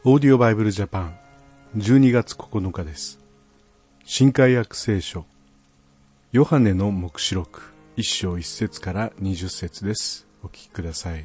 オーディオバイブルジャパン12月9日です。新海訳聖書ヨハネの黙示録1章1節から20節です。お聞きください。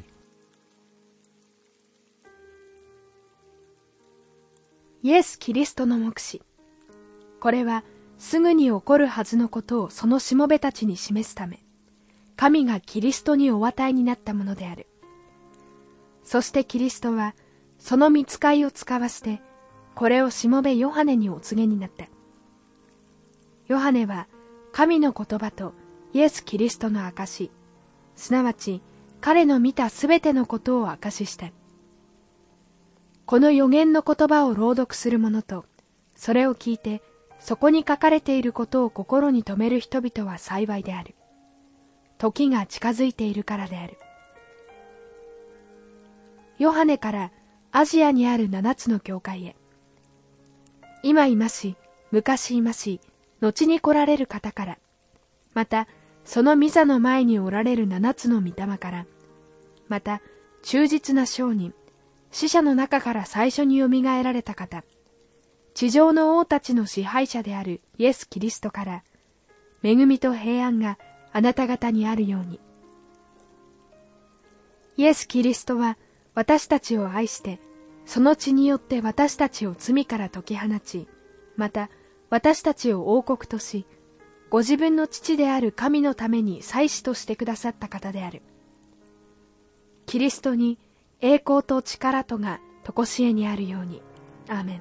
イエス・キリストの黙示。これはすぐに起こるはずのことをそのしもべたちに示すため、神がキリストにお与えになったものである。そしてキリストはその御使いを使わして、これをしもべヨハネにお告げになった。ヨハネは神の言葉とイエス・キリストの証、すなわち彼の見たすべてのことを証しした。この預言の言葉を朗読する者と、それを聞いてそこに書かれていることを心に留める人々は幸いである。時が近づいているからである。ヨハネからアジアにある7つの教会へ。今いまし、昔いまし、後に来られる方から、またその御座の前におられる7つの御霊から、また忠実な商人、死者の中から最初によみがえられた方、地上の王たちの支配者であるイエス・キリストから、恵みと平安があなた方にあるように。イエス・キリストは私たちを愛して、その血によって私たちを罪から解き放ち、また私たちを王国とし、ご自分の父である神のために祭司としてくださった方である。キリストに栄光と力とがとこしえにあるように。アーメン。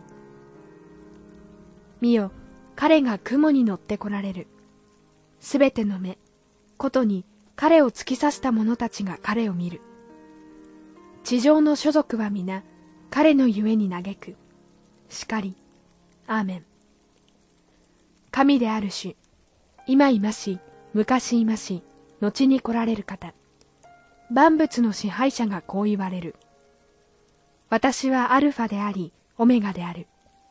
見よ、彼が雲に乗って来られる。すべての目、ことに彼を突き刺した者たちが彼を見る。地上の諸族は皆、彼のゆえに嘆く。しかり。アーメン。神である主、今いまし、昔いまし、後に来られる方。万物の支配者がこう言われる。私はアルファであり、オメガである。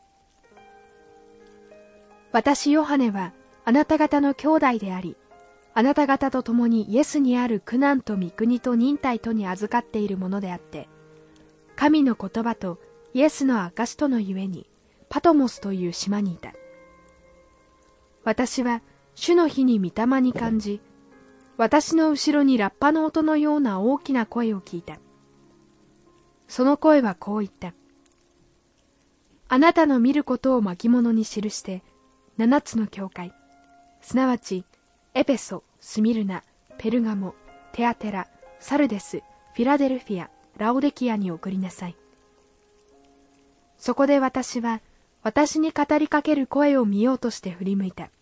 私ヨハネはあなた方の兄弟であり、あなた方と共にイエスにある苦難と御国と忍耐とに預かっているものであって、神の言葉とイエスの証とのゆえにパトモスという島にいた。私は主の日に御霊に感じ、私の後ろにラッパの音のような大きな声を聞いた。その声はこう言った。あなたの見ることを巻物に記して7つの教会、すなわちエペソ、スミルナ、ペルガモ、テアテラ、サルデス、フィラデルフィア、ラオデキアに送りなさい。そこで私は私に語りかける声を見ようとして振り向いた。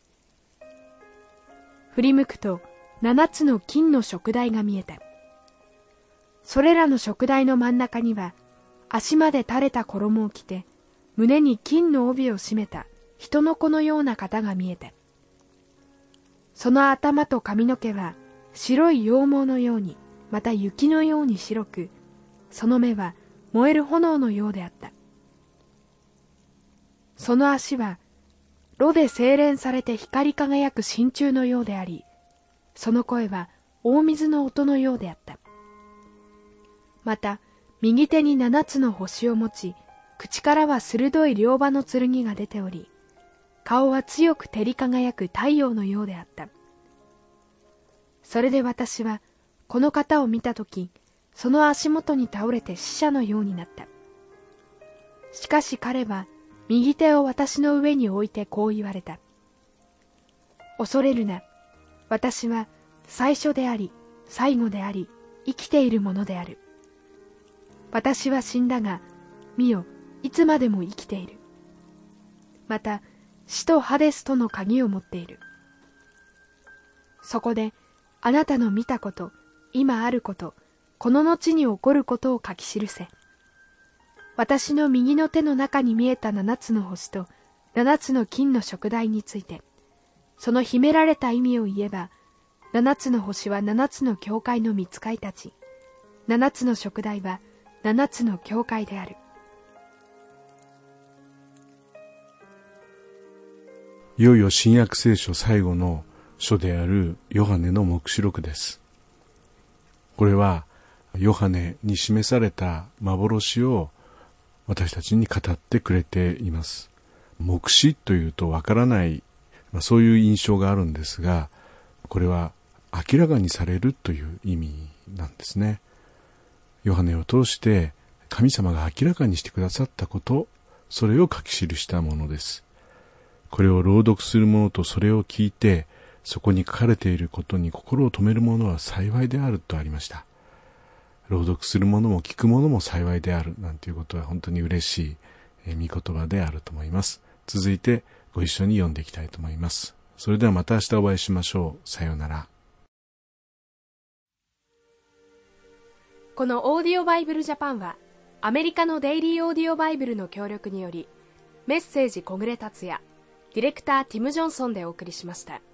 振り向くと7つの金の燭台が見えた。それらの燭台の真ん中には足まで垂れた衣を着て胸に金の帯を締めた人の子のような方が見えた。その頭と髪の毛は白い羊毛のように、また雪のように白く、その目は燃える炎のようであった。その足は炉で精錬されて光り輝く真鍮のようであり、その声は大水の音のようであった。また右手に7つの星を持ち、口からは鋭い両刃の剣が出ており、顔は強く照り輝く太陽のようであった。それで私はこの方を見たとき、その足元に倒れて死者のようになった。しかし彼は右手を私の上に置いてこう言われた。恐れるな。私は最初であり、最後であり、生きているものである。私は死んだが、見よ、いつまでも生きている。また、死とハデスとの鍵を持っている。そこで、あなたの見たこと、今あること、この後に起こることを書き記せ。私の右の手の中に見えた7つの星と7つの金の燭台について、その秘められた意味を言えば、7つの星は7つの教会の御使いたち、7つの燭台は7つの教会である。 いよいよ新約聖書最後の書であるヨハネの黙示録です。これはヨハネに示された幻を私たちに語ってくれています。黙示というとわからない、そういう印象があるんですが、これは明らかにされるという意味なんですね。ヨハネを通して神様が明らかにしてくださったこと、それを書き記したものです。これを朗読する者とそれを聞いて、そこに書かれていることに心を留める者は幸いであるとありました。朗読する者も聞く者も幸いであるなんていうことは本当に嬉しい御言葉であると思います。続いてご一緒に読んでいきたいと思います。それではまた明日お会いしましょう。さようなら。 このオーディオバイブルジャパンはアメリカのデイリーオーディオバイブルの協力により、メッセージ小暮達也、ディレクターティム・ジョンソンでお送りしました。